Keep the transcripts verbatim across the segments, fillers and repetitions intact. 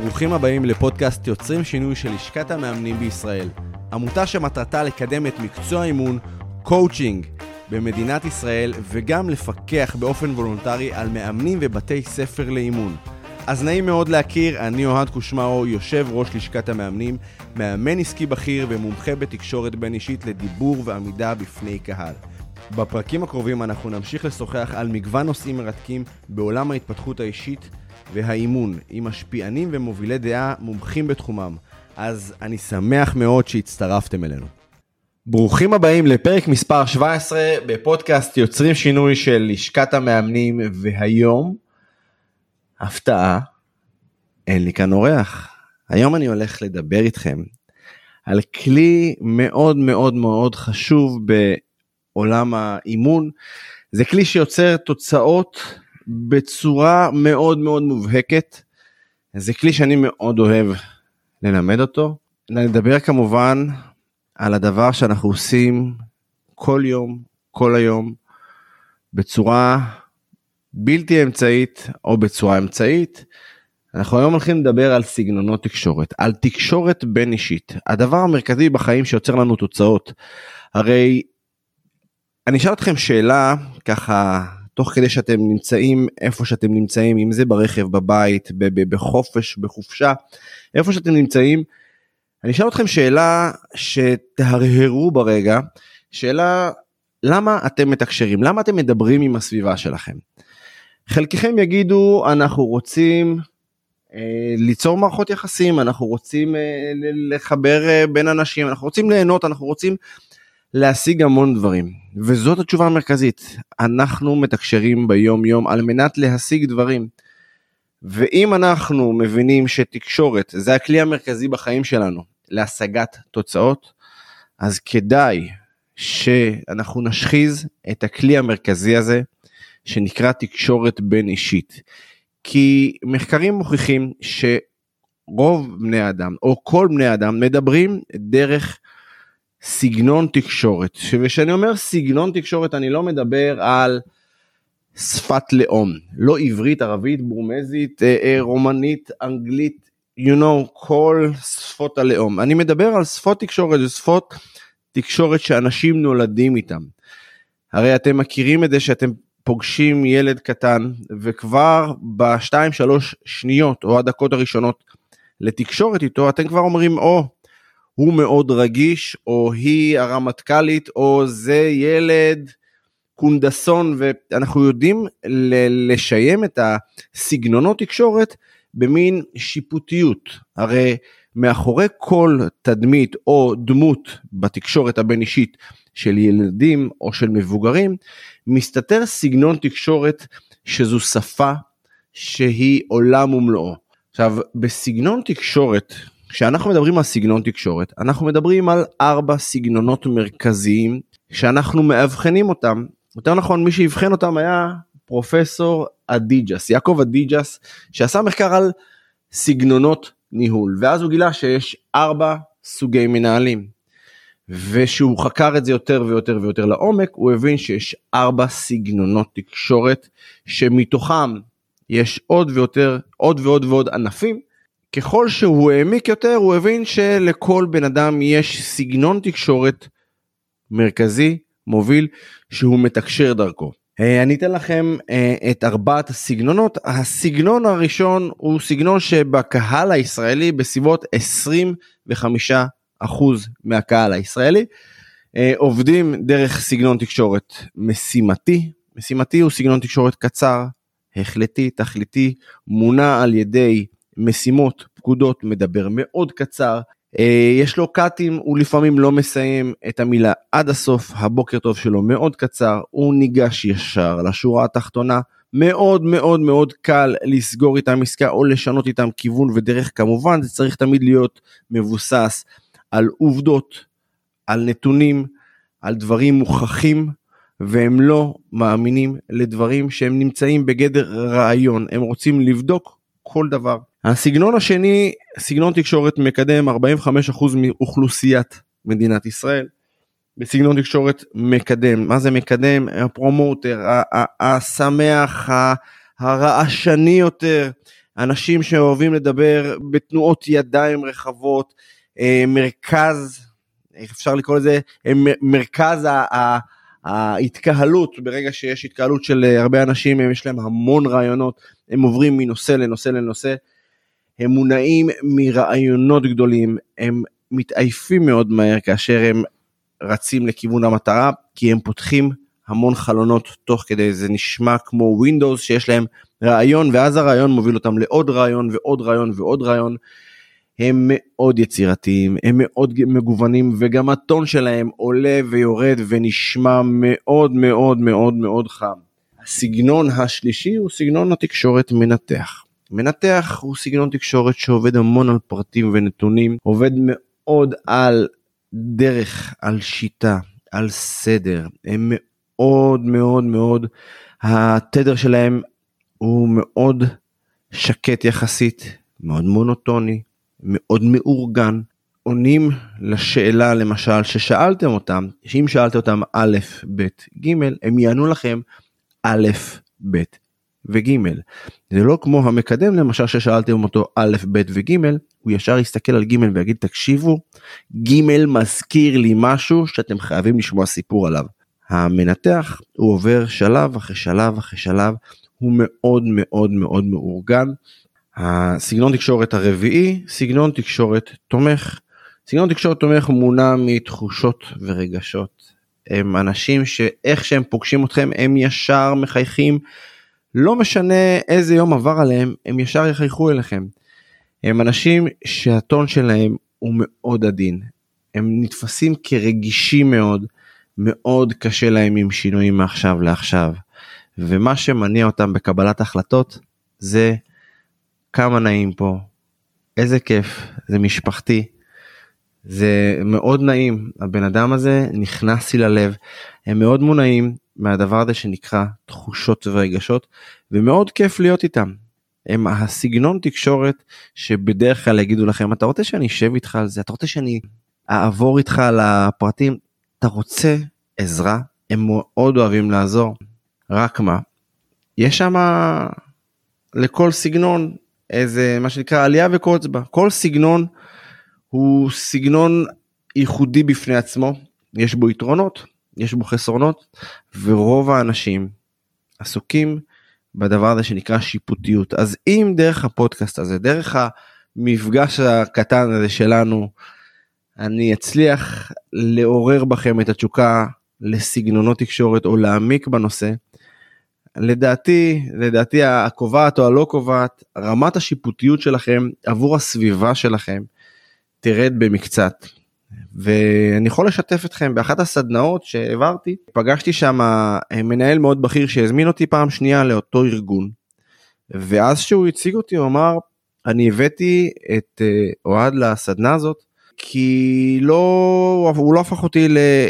ברוכים הבאים לפודקאסט יוצרים שינוי של לשכת המאמנים בישראל. עמותה שמטרתה לקדם את מקצוע האימון, קואוצ'ינג, במדינת ישראל, וגם לפקח באופן וולונטרי על מאמנים ובתי ספר לאימון. אז נעים מאוד להכיר, אני אוהד קושמרו, יושב ראש לשכת המאמנים, מאמן עסקי בכיר ומומחה בתקשורת בין אישית לדיבור ועמידה בפני קהל. בפרקים הקרובים אנחנו נמשיך לשוחח על מגוון נושאים מרתקים בעולם ההתפתחות האישית והאימון, עם משפיענים ומובילי דעה מומחים בתחומם. אז אני שמח מאוד שהצטרפתם אלינו. ברוכים הבאים לפרק מספר שבע עשרה בפודקאסט יוצרים שינוי של לשכת המאמנים, והיום, הפתעה, אין לי כאן אורח. היום אני הולך לדבר איתכם על כלי מאוד מאוד מאוד חשוב בעולם האימון. זה כלי שיוצר תוצאות בצורה מאוד מאוד מובהקת. זה כלי שאני מאוד אוהב ללמד אותו. נדבר כמובן על הדבר שאנחנו עושים כל יום, כל היום, בצורה בלתי אמצעית או בצורה אמצעית. אנחנו היום הולכים לדבר על סגנונות תקשורת, על תקשורת בין אישית. הדבר המרכזי בחיים שיוצר לנו תוצאות. הרי אני אשאל אתכם שאלה ככה, תוך כדי שאתם נמצאים איפה שאתם נמצאים, אם זה ברכב, בבית, בחופש, בחופשה, איפה שאתם נמצאים, אני אשאל אתכם שאלה שתהרהרו ברגע, שאלה, למה אתם מתקשרים? למה אתם מדברים עם הסביבה שלכם? חלקכם יגידו, אנחנו רוצים אה, ליצור מערכות יחסים, אנחנו רוצים אה, לחבר אה, בין אנשים, אנחנו רוצים ליהנות, אנחנו רוצים להשיג המון דברים. וזאת התשובה המרכזית. אנחנו מתקשרים ביום יום על מנת להשיג דברים. ואם אנחנו מבינים שתקשורת זה הכלי המרכזי בחיים שלנו להשגת תוצאות, אז כדאי שאנחנו נשחיז את הכלי המרכזי הזה שנקרא תקשורת בין אישית. כי מחקרים מוכיחים שרוב בני אדם או כל בני אדם מדברים דרך סגנון תקשורת. ושאני אומר סגנון תקשורת אני לא מדבר על שפת לאום, לא עברית, ערבית, בורמזית, רומנית, אנגלית, you know, כל שפות הלאום. אני מדבר על שפות תקשורת, זה שפות תקשורת שאנשים נולדים איתם. הרי אתם מכירים את זה שאתם פוגשים ילד קטן, וכבר בשתיים שלוש שניות או הדקות הראשונות לתקשורת איתו, אתם כבר אומרים, או, הוא מאוד רגיש, או היא הרמטכ"לית, או זה ילד קונדסון, ואנחנו יודעים לשיים את הסגנונות תקשורת במין שיפוטיות. הרי מאחורי כל תדמית או דמות בתקשורת הבין אישית של ילדים או של מבוגרים, מסתתר סגנון תקשורת שזו שפה שהיא עולם ומלואו. עכשיו, בסגנון תקשורת, כשאנחנו מדברים על סגנון תקשורת, אנחנו מדברים על ארבע סגנונות מרכזיים שאנחנו מאבחנים אותם. יותר נכון, מי שיבחן אותם היה פרופסור אדיג'ס, יעקב אדיג'ס, שעשה מחקר על סגנונות ניהול, ואז הוא גילה שיש ארבע סוגי מנהלים, ושהוא חקר את זה יותר ויותר ויותר לעומק, הוא הבין שיש ארבע סגנונות תקשורת, שמתוכם יש עוד ויותר, עוד ועוד ועוד ענפים. ככל שהוא העמיק יותר, הוא הבין שלכל בן אדם יש סגנון תקשורת מרכזי, מוביל, שהוא מתקשר דרכו. אני אתן לכם את ארבעת הסגנונות. הסגנון הראשון הוא סגנון שבקהל הישראלי, בסביבות עשרים וחמישה אחוז מהקהל הישראלי, עובדים דרך סגנון תקשורת משימתי. משימתי הוא סגנון תקשורת קצר, החלטי, תכליתי, מונע על ידי משימות, פקודות, מדבר מאוד קצר, יש לו קאטים, הוא לפעמים לא מסיים את המילה עד הסוף, הבוקר טוב שלו מאוד קצר, הוא ניגש ישר לשורה התחתונה, מאוד מאוד מאוד קל לסגור איתם עסקה או לשנות איתם כיוון ודרך. כמובן זה צריך תמיד להיות מבוסס על עובדות, על נתונים, על דברים מוכחים, והם לא מאמינים לדברים שהם נמצאים בגדר רעיון, הם רוצים לבדוק כל דבר. הסגנון השני, סגנון תקשורת מקדם ארבעים וחמישה אחוז מאוכלוסיית מדינת ישראל, בסגנון תקשורת מקדם. מה זה מקדם? הפרומוטר, השמח, הרעשני יותר, אנשים שאוהבים לדבר בתנועות ידיים רחבות, מרכז, איך אפשר לקרוא לזה, מרכז ההתקהלות, ברגע שיש התקהלות של הרבה אנשים, יש להם המון רעיונות, הם עוברים מנושא לנושא לנושא, הם מונעים מרעיונות גדולים, הם מתעייפים מאוד מהר כאשר הם רצים לכיוון המטרה, כי הם פותחים המון חלונות תוך כדי, זה נשמע כמו ווינדוס שיש להם רעיון, ואז הרעיון מוביל אותם לעוד רעיון ועוד רעיון ועוד רעיון, הם מאוד יצירתיים, הם מאוד מגוונים, וגם הטון שלהם עולה ויורד ונשמע מאוד מאוד מאוד מאוד חם. הסגנון השלישי הוא סגנון התקשורת מנתח. מנתח הוא סגנון תקשורת שעובד המון על פרטים ונתונים, עובד מאוד על דרך, על שיטה, על סדר, הם מאוד מאוד מאוד, התדר שלהם הוא מאוד שקט יחסית, מאוד מונוטוני, מאוד מאורגן, עונים לשאלה למשל ששאלתם אותם, שאם שאלתם אותם א', ב', ג', הם יענו לכם א', ב' וג'. זה לא כמו המקדם למשל ששאלתם אותו א', ב' וג', הוא ישר יסתכל על ג' ויגיד תקשיבו, ג' מזכיר לי משהו שאתם חייבים לשמוע סיפור עליו. המנתח הוא עובר שלב אחרי שלב אחרי שלב, הוא מאוד מאוד מאוד מאורגן. הסגנון תקשורת הרביעי, סגנון תקשורת תומך. סגנון תקשורת תומך מונע מתחושות ורגשות. הם אנשים שאיך שהם פוגשים אתכם, הם ישר מחייכים, לא משנה איזה יום עבר עליהם, הם ישר יחייכו אליכם. הם אנשים שהטון שלהם הוא מאוד עדין. הם נתפסים כרגישים מאוד, מאוד קשה להם עם שינויים מעכשיו לעכשיו. ומה שמניע אותם בקבלת החלטות, זה כמה נעים פה, איזה כיף, זה משפחתי, זה מאוד נעים, הבן אדם הזה נכנס לי ללב, הם מאוד מונעים מהדבר הזה שנקרא תחושות ורגשות, ומאוד כיף להיות איתם. הם הסגנון תקשורת שבדרך כלל יגידו לכם, אתה רוצה שאני אשב איתך על זה, אתה רוצה שאני אעבור איתך על הפרטים, אתה רוצה עזרה, הם מאוד אוהבים לעזור, רק מה, יש שם לכל סגנון איזה מה שנקרא עלייה וקוץ בה, כל סגנון הוא סגנון ייחודי בפני עצמו, יש בו יתרונות, יש בו חסרונות, ורוב האנשים עסוקים בדבר הזה שנקרא שיפוטיות. אז אם דרך הפודקאסט הזה, דרך המפגש הקטן הזה שלנו, אני אצליח לעורר בכם את התשוקה לסגנונות תקשורת או להעמיק בנושא, לדעתי, לדעתי הקובעת או הלא קובעת, רמת השיפוטיות שלכם עבור הסביבה שלכם תרד במקצת. ואני יכול לשתף אתכם באחת הסדנאות שהעברתי, פגשתי שם מנהל מאוד בכיר שהזמין אותי פעם שנייה לאותו ארגון, ואז שהוא הציג אותי הוא אמר, אני הבאתי את אוהד לסדנה הזאת, כי לא, הוא לא הפך אותי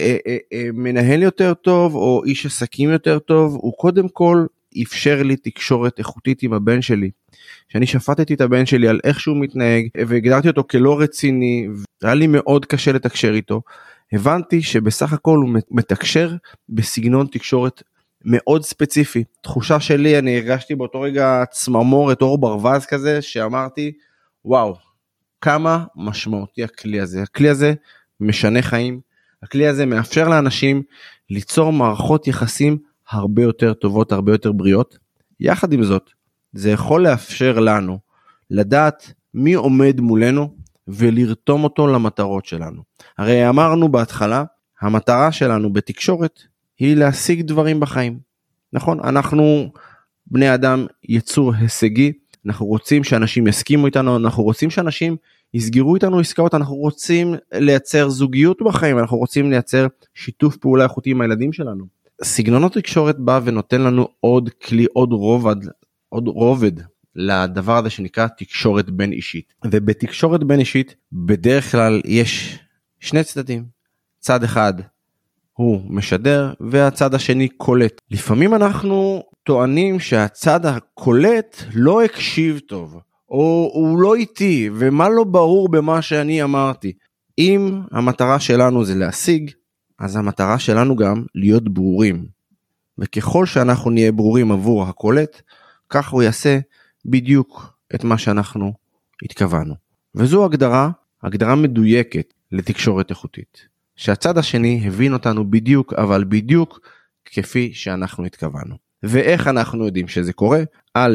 למנהל יותר טוב או איש עסקים יותר טוב, הוא קודם כל אפשר לי תקשורת איכותית עם הבן שלי, שאני שפטתי את הבן שלי על איך שהוא מתנהג, והגדרתי אותו כלא רציני, והיה לי מאוד קשה לתקשר איתו, הבנתי שבסך הכל הוא מתקשר בסגנון תקשורת מאוד ספציפי. תחושה שלי, אני הרגשתי באותו רגע צמרמורת, אור ברווז כזה, שאמרתי, וואו, כמה משמעותי הכלי הזה. הכלי הזה משנה חיים, הכלי הזה מאפשר לאנשים ליצור מערכות יחסים הרבה יותר טובות, הרבה יותר בריאות. יחד עם זאת, זה יכול לאפשר לנו לדעת מי עומד מולנו ולרתום אותו למטרות שלנו. הרי אמרנו בהתחלה, המטרה שלנו בתקשורת היא להשיג דברים בחיים. נכון? אנחנו בני אדם יצור הישגי, אנחנו רוצים שאנשים יסכימו איתנו, אנחנו רוצים שאנשים יסגרו איתנו עסקאות, אנחנו רוצים לייצר זוגיות בחיים, אנחנו רוצים לייצר שיתוף פעולה איכותי עם הילדים שלנו. סגנונות תקשורת בא ונותן לנו עוד כלי, עוד רובד, עוד רובד לדבר הזה שנקרא תקשורת בין אישית. ובתקשורת בין אישית בדרך כלל יש שני צדדים. צד אחד הוא משדר והצד השני קולט. לפעמים אנחנו טוענים שהצד הקולט לא הקשיב טוב, או הוא לא איתי, ומה לא ברור במה שאני אמרתי. אם המטרה שלנו זה להשיג, אז המטרה שלנו גם להיות ברורים. וככל שאנחנו נהיה ברורים עבור הקולט, כך הוא יעשה בדיוק את מה שאנחנו התכוונו. וזו הגדרה, הגדרה מדויקת לתקשורת איכותית. שהצד השני הבין אותנו בדיוק, אבל בדיוק כפי שאנחנו התכוונו. ואיך אנחנו יודעים שזה קורה? א',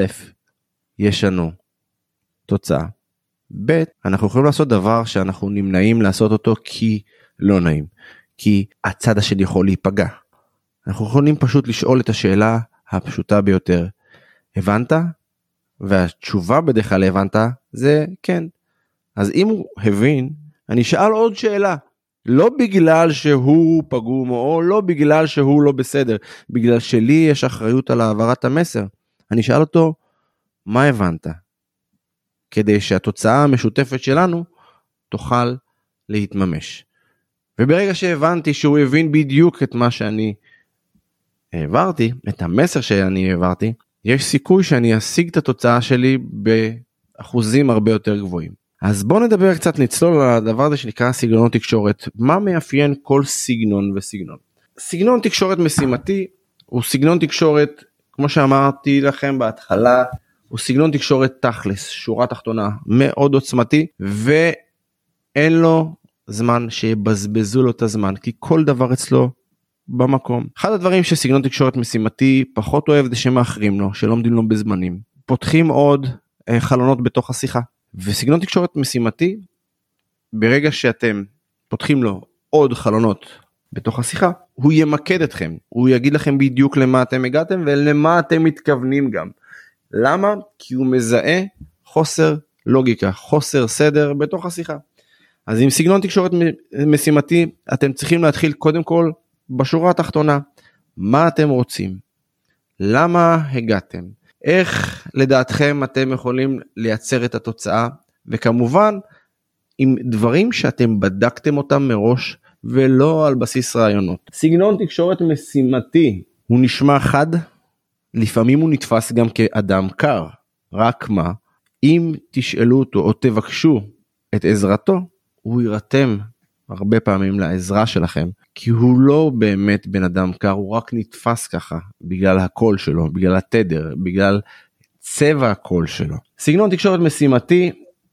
יש לנו תוצאה. ב', אנחנו יכולים לעשות דבר שאנחנו נמנעים לעשות אותו כי לא נעים. כי הצד השני יכול להיפגע. אנחנו יכולים פשוט לשאול את השאלה הפשוטה ביותר. הבנת? והתשובה בדרך כלל הבנת זה כן. אז אם הוא הבין, אני אשאל עוד שאלה. לא בגלל שהוא פגום או לא בגלל שהוא לא בסדר. בגלל שלי יש אחריות על העברת המסר. אני אשאל אותו, מה הבנת? כדי שהתוצאה המשותפת שלנו תוכל להתממש. וברגע שהבנתי שהוא הבין בדיוק את מה שאני העברתי, את המסר שאני העברתי, יש סיכוי שאני אשיג את התוצאה שלי באחוזים הרבה יותר גבוהים. אז בואו נדבר קצת, נצלול על הדבר הזה שנקרא סגנון תקשורת. מה מאפיין כל סגנון וסגנון? סגנון תקשורת משימתי הוא סגנון תקשורת, כמו שאמרתי לכם בהתחלה, הוא סגנון תקשורת תכלס, שורה תחתונה, מאוד עוצמתי, ואין לו זמן שיבזבזו לו את הזמן, כי כל דבר אצלו במקום. אחד הדברים שסגנון תקשורת משימתי פחות אוהב זה שמאחרים לו, שלא עומדים לו בזמנים. פותחים עוד אה, חלונות בתוך השיחה. וסגנון תקשורת משימתי, ברגע שאתם פותחים לו עוד חלונות בתוך השיחה, הוא ימקד אתכם, הוא יגיד לכם בדיוק למה אתם הגעתם ולמה אתם מתכוונים גם. למה? כי הוא מזהה חוסר לוגיקה, חוסר סדר בתוך השיחה. אז עם סגנון תקשורת משימתי, אתם צריכים להתחיל קודם כל בשורה התחתונה. מה אתם רוצים? למה הגעתם? איך לדעתכם אתם יכולים לייצר את התוצאה? וכמובן, עם דברים שאתם בדקתם אותם מראש, ולא על בסיס רעיונות. סגנון תקשורת משימתי, הוא נשמע חד, לפעמים הוא נתפס גם כאדם קר. רק מה? אם תשאלו אותו או תבקשו את עזרתו, הוא יירתם הרבה פעמים לעזרה שלכם, כי הוא לא באמת בן אדם קר, הוא רק נתפס ככה, בגלל הקול שלו, בגלל התדר, בגלל צבע הקול שלו. סגנון תקשורת משימתי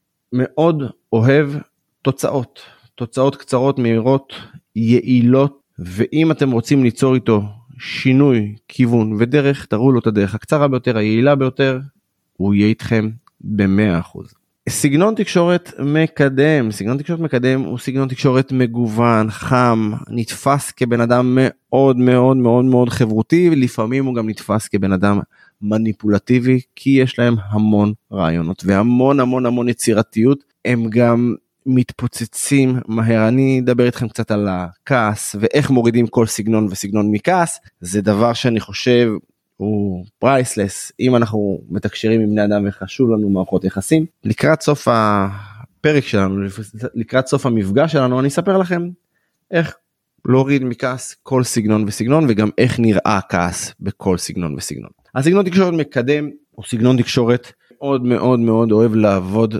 מאוד אוהב תוצאות, תוצאות קצרות, מהירות, יעילות, ואם אתם רוצים ליצור איתו שינוי, כיוון ודרך, תראו לו את הדרך הקצרה ביותר, היעילה ביותר, הוא יהיה איתכם ב-מאה אחוז. סגנון תקשורת מקדם, סגנון תקשורת מקדם הוא סגנון תקשורת מגוון, חם, נתפס כבן אדם מאוד מאוד מאוד מאוד חברותי, ולפעמים הוא גם נתפס כבן אדם מניפולטיבי, כי יש להם המון רעיונות, והמון המון המון יצירתיות, הם גם מתפוצצים מהר. אני אדבר איתכם קצת על הכעס, ואיך מורידים כל סגנון וסגנון מכעס, זה דבר שאני חושב הוא פרייסלס, אם אנחנו מתקשרים עם בני אדם וחשוב לנו מערכות יחסים. לקראת סוף הפרק שלנו, לקראת סוף המפגש שלנו, אני אספר לכם איך להוריד מכעס כל סגנון וסגנון, וגם איך נראה כעס בכל סגנון וסגנון. הסגנון תקשורת מקדם, הוא סגנון תקשורת מאוד מאוד מאוד אוהב לעבוד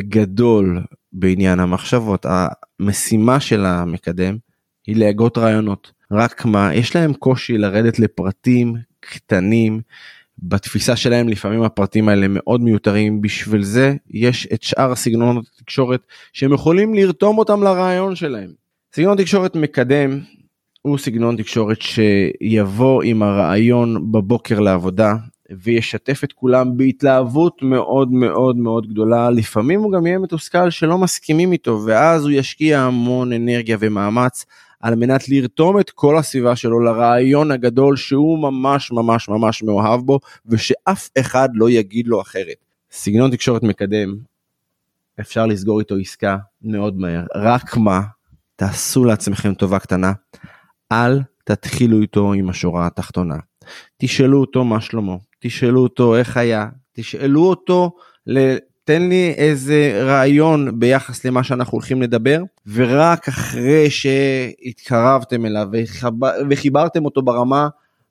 בגדול בעניין המחשבות. המשימה של המקדם היא להגות רעיונות. רק מה, יש להם קושי לרדת לפרטים קטנים, בתפיסה שלהם לפעמים הפרטים האלה מאוד מיותרים, בשביל זה יש את שאר הסגנונות התקשורת שהם יכולים לרתום אותם לרעיון שלהם. סגנון תקשורת מקדם הוא סגנון תקשורת שיבוא עם הרעיון בבוקר לעבודה, וישתף את כולם בהתלהבות מאוד מאוד מאוד גדולה. לפעמים הוא גם יהיה מתוסכל שלא מסכימים איתו, ואז הוא ישקיע המון אנרגיה ומאמץ על מנת לרתום את כל הסביבה שלו לרעיון הגדול שהוא ממש ממש ממש מאוהב בו, ושאף אחד לא יגיד לו אחרת. סגנון תקשורת מקדם, אפשר לסגור איתו עסקה מאוד מהר. רק מה, תעשו לעצמכם טובה קטנה, אל תתחילו איתו עם השורה התחתונה. תשאלו אותו מה שלמה, תשאלו אותו איך היה, תשאלו אותו ל... תן לי איזה רעיון ביחס למה שאנחנו הולכים לדבר, ורק אחרי שהתקרבתם אליו וחיברתם אותו ברמה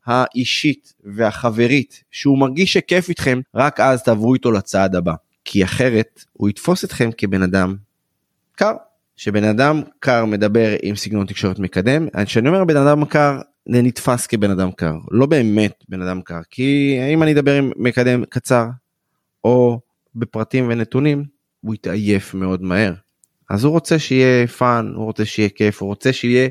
האישית והחברית, שהוא מרגיש שכיף איתכם, רק אז תעברו איתו לצעד הבא. כי אחרת הוא יתפוס אתכם כבן אדם קר. שבן אדם קר מדבר עם סגנון תקשורת מקדם, כשאני אומר בן אדם קר, זה נתפס כבן אדם קר, לא באמת בן אדם קר, כי אם אני אדבר עם מקדם קצר, או בפרטים ונתונים, הוא יתעייף מאוד מהר. אז הוא רוצה שיהיה פאן, הוא רוצה שיהיה כיף, הוא רוצה שיהיה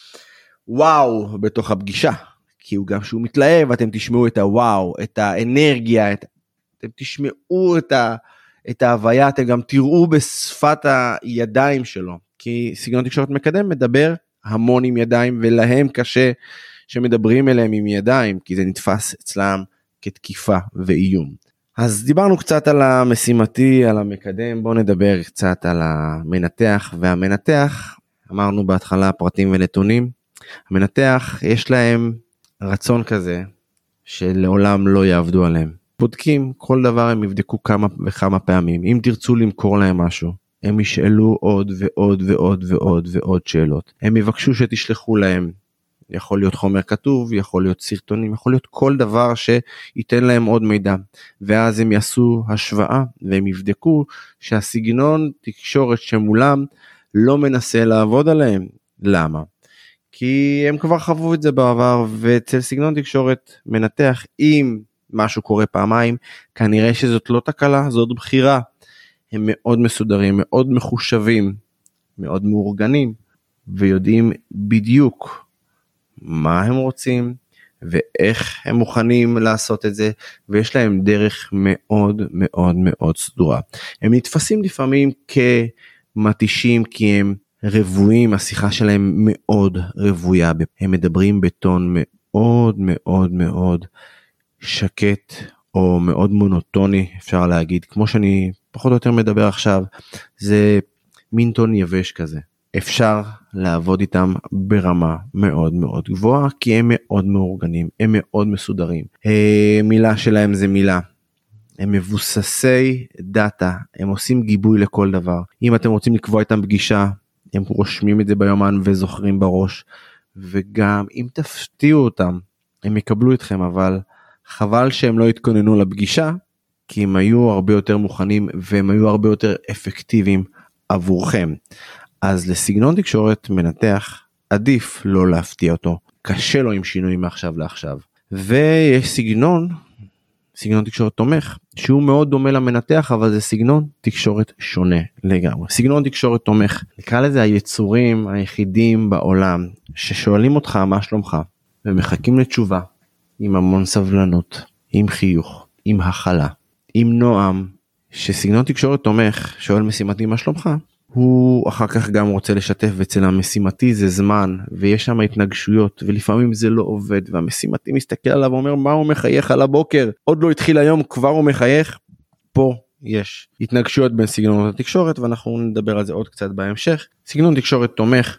וואו בתוך הפגישה. כי הוא גם שהוא מתלהב, אתם תשמעו את הוואו, את האנרגיה, את... אתם תשמעו את, ה... את ההוויה, אתם גם תראו בשפת הידיים שלו. כי סגנון תקשורת מקדם מדבר המון עם ידיים, ולהם קשה שמדברים אליהם עם ידיים, כי זה נתפס אצלם כתקיפה ואיום. אז דיברנו קצת על המשימתי, על המקדם, בואו נדבר קצת על המנתח, והמנתח, אמרנו בהתחלה פרטים ונתונים, המנתח יש להם רצון כזה, שלעולם לא יעבדו עליהם. בודקים, כל דבר הם יבדקו כמה וכמה פעמים, אם תרצו למכור להם משהו, הם ישאלו עוד ועוד ועוד ועוד ועוד שאלות, הם יבקשו שתשלחו להם, יכול להיות חומר כתוב, יכול להיות סרטונים, יכול להיות כל דבר שייתן להם עוד מידע, ואז הם יעשו השוואה, והם יבדקו שהסגנון תקשורת שמולם לא מנסה לעבוד עליהם. למה? כי הם כבר חוו את זה בעבר, ואצל סגנון תקשורת מנתח, אם משהו קורה פעמיים, כנראה שזאת לא תקלה, זאת בחירה. הם מאוד מסודרים, מאוד מחושבים, מאוד מאורגנים, ויודעים בדיוק מה הם רוצים, ואיך הם מוכנים לעשות את זה, ויש להם דרך מאוד מאוד מאוד סדורה. הם נתפסים לפעמים כמתישים, כי הם רבועים, השיחה שלהם מאוד רבויה, הם מדברים בטון מאוד מאוד מאוד שקט, או מאוד מונוטוני, אפשר להגיד, כמו שאני פחות או יותר מדבר עכשיו, זה מין טון יבש כזה. אפשר לעבוד איתם ברמה מאוד מאוד גבוהה, כי הם מאוד מאורגנים, הם מאוד מסודרים. מילה שלהם זה מילה. הם מבוססי דאטה, הם עושים גיבוי לכל דבר. אם אתם רוצים לקבוע איתם פגישה, הם רושמים את זה ביומן וזוכרים בראש, וגם אם תפתיעו אותם, הם יקבלו אתכם, אבל חבל שהם לא התכוננו לפגישה, כי הם היו הרבה יותר מוכנים, והם היו הרבה יותר אפקטיביים עבורכם. אז לסגנון תקשורת מנתח, עדיף לא להפתיע אותו, קשה לו עם שינויים מעכשיו לעכשיו. ויש סגנון, סגנון תקשורת תומך, שהוא מאוד דומה למנתח, אבל זה סגנון תקשורת שונה לגמרי. סגנון תקשורת תומך, נקרא לזה היצורים היחידים בעולם, ששואלים אותך מה שלומך, ומחכים לתשובה, עם המון סבלנות, עם חיוך, עם הכלה, עם נועם, שסגנון תקשורת תומך, שואל משימתי מה שלומך, הוא אחר כך גם רוצה לשתף, ואצל המשימתי זה זמן, ויש שם התנגשויות, ולפעמים זה לא עובד, והמשימתי מסתכל עליו ואומר, מה הוא מחייך על הבוקר? עוד לא התחיל היום, כבר הוא מחייך. פה יש התנגשויות בין סגנונות התקשורת, ואנחנו נדבר על זה עוד קצת בהמשך. סגנון תקשורת תומך,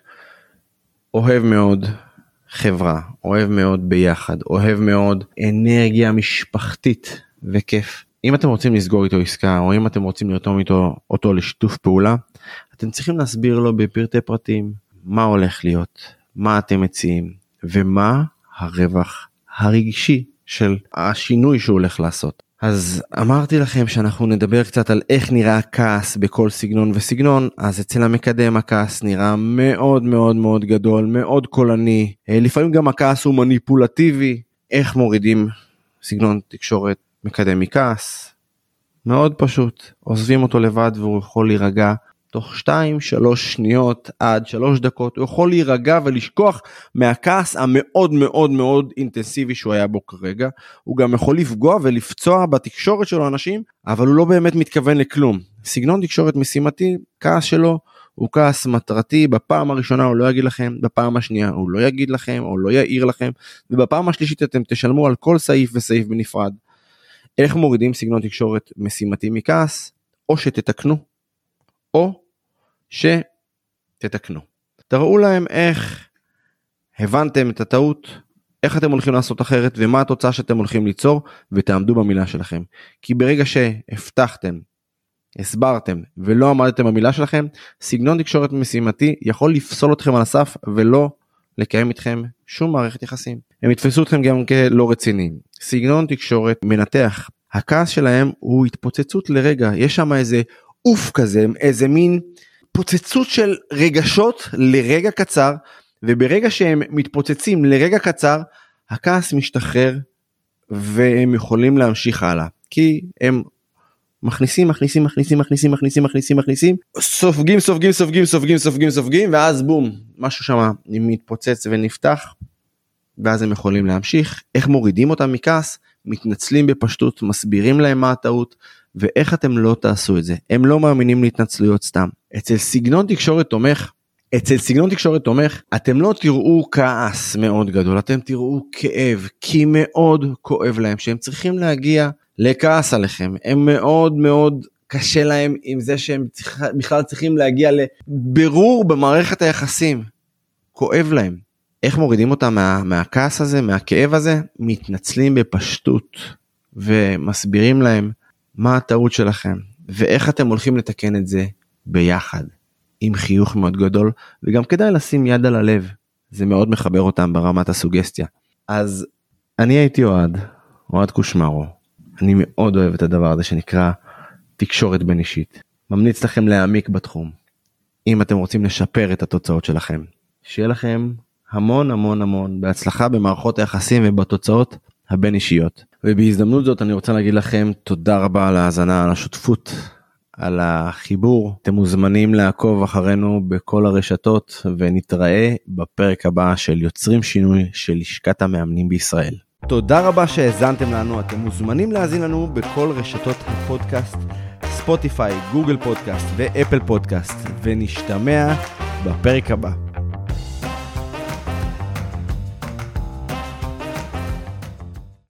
אוהב מאוד חברה, אוהב מאוד ביחד, אוהב מאוד אנרגיה משפחתית וכיף. אם אתם רוצים לסגור איתו עסקה, או אם אתם רוצים לרתום איתו אותו לשיתוף פעולה, אתם צריכים להסביר לו בפרטי פרטים מה הולך להיות, מה אתם מציעים, ומה הרווח הרגשי של השינוי שהוא הולך לעשות. אז אמרתי לכם שאנחנו נדבר קצת על איך נראה הכעס בכל סגנון וסגנון, אז אצל המקדם הכעס נראה מאוד מאוד מאוד גדול, מאוד קולני, לפעמים גם הכעס הוא מניפולטיבי. איך מורידים סגנון תקשורת מקדם מכעס? מאוד פשוט, עוזבים אותו לבד והוא יכול להירגע תוך שתיים שלוש שניות עד שלוש דקות, הוא יכול להירגע ולשכוח מהכעס המאוד מאוד מאוד אינטנסיבי שהוא היה בו כרגע. הוא גם יכול לפגוע ולפצוע בתקשורת שלו אנשים, אבל הוא לא באמת מתכוון לכלום. סגנון תקשורת משימתי, כעס שלו הוא כעס מטרתי, בפעם הראשונה הוא לא יגיד לכם, בפעם השנייה הוא לא יגיד לכם או לא יעיר לכם, ובפעם השלישית אתם תשלמו על כל סעיף וסעיף בנפרד. איך מורידים סגנון תקשורת משימתי מכעס? או שתתקנו, או שתתקנו. תראו להם איך הבנתם את הטעות, איך אתם הולכים לעשות אחרת, ומה התוצאה שאתם הולכים ליצור, ותעמדו במילה שלכם. כי ברגע שהבטחתם, הסברתם, ולא עמדתם במילה שלכם, סגנון תקשורת משימתי יכול לפסול אתכם על הסף, ולא לקיים איתכם שום מערכת יחסים. הם יתפסו אתכם גם כלא רציניים. סגנון תקשורת מנתח, הכעס שלהם הוא התפוצצות לרגע, יש שם איזה אוף כזה, איזה מין פוצצות של רגשות לרגע קצר, וברגע שהם מתפוצצים לרגע קצר, הכעס משתחרר, והם יכולים להמשיך הלאה, כי הם מכניסים, מכניסים, מכניסים, מכניסים, מכניסים, מכניסים, מכניסים, סופגים, סופגים, סופגים, סופגים, סופגים, סופגים, ואז בום, משהו שם מתפוצץ ונפתח, ואז הם יכולים להמשיך. איך מורידים אותם מכעס? מתנצלים בפשטות, מסבירים להם מה הטעות, ואיך אתם לא תעשו את זה. הם לא מאמינים להתנצלויות סתם. אצל סגנון תקשורת תומך, אצל סגנון תקשורת תומך, אתם לא תראו כעס מאוד גדול, אתם תראו כאב, כי מאוד כואב להם, שהם צריכים להגיע לכעס עליכם. הם מאוד מאוד קשה להם עם זה שהם צריכ... בכלל צריכים להגיע לבירור במערכת היחסים. כואב להם. איך מורידים אותם מה, מהכעס הזה, מהכאב הזה? מתנצלים בפשטות ומסבירים להם מה הטעות שלכם ואיך אתם הולכים לתקן את זה ביחד, עם חיוך מאוד גדול, וגם כדאי לשים יד על הלב, זה מאוד מחבר אותם ברמת הסוגסטיה. אז אני הייתי אוהד, אוהד קושמרו, אני מאוד אוהב את הדבר הזה שנקרא תקשורת בין אישית, ממליץ לכם להעמיק בתחום, אם אתם רוצים לשפר את התוצאות שלכם, שיהיה לכם המון המון המון בהצלחה במערכות היחסים ובתוצאות הבין אישיות. ובהזדמנות זאת אני רוצה להגיד לכם תודה רבה על ההאזנה, על השותפות, על החיבור. אתם מוזמנים לעקוב אחרינו בכל הרשתות, ונתראה בפרק הבא של יוצרים שינוי של לשכת המאמנים בישראל. תודה רבה שהאזנתם לנו, אתם מוזמנים להאזין לנו בכל רשתות הפודקאסט, ספוטיפיי, גוגל פודקאסט ואפל פודקאסט, ונשתמע בפרק הבא.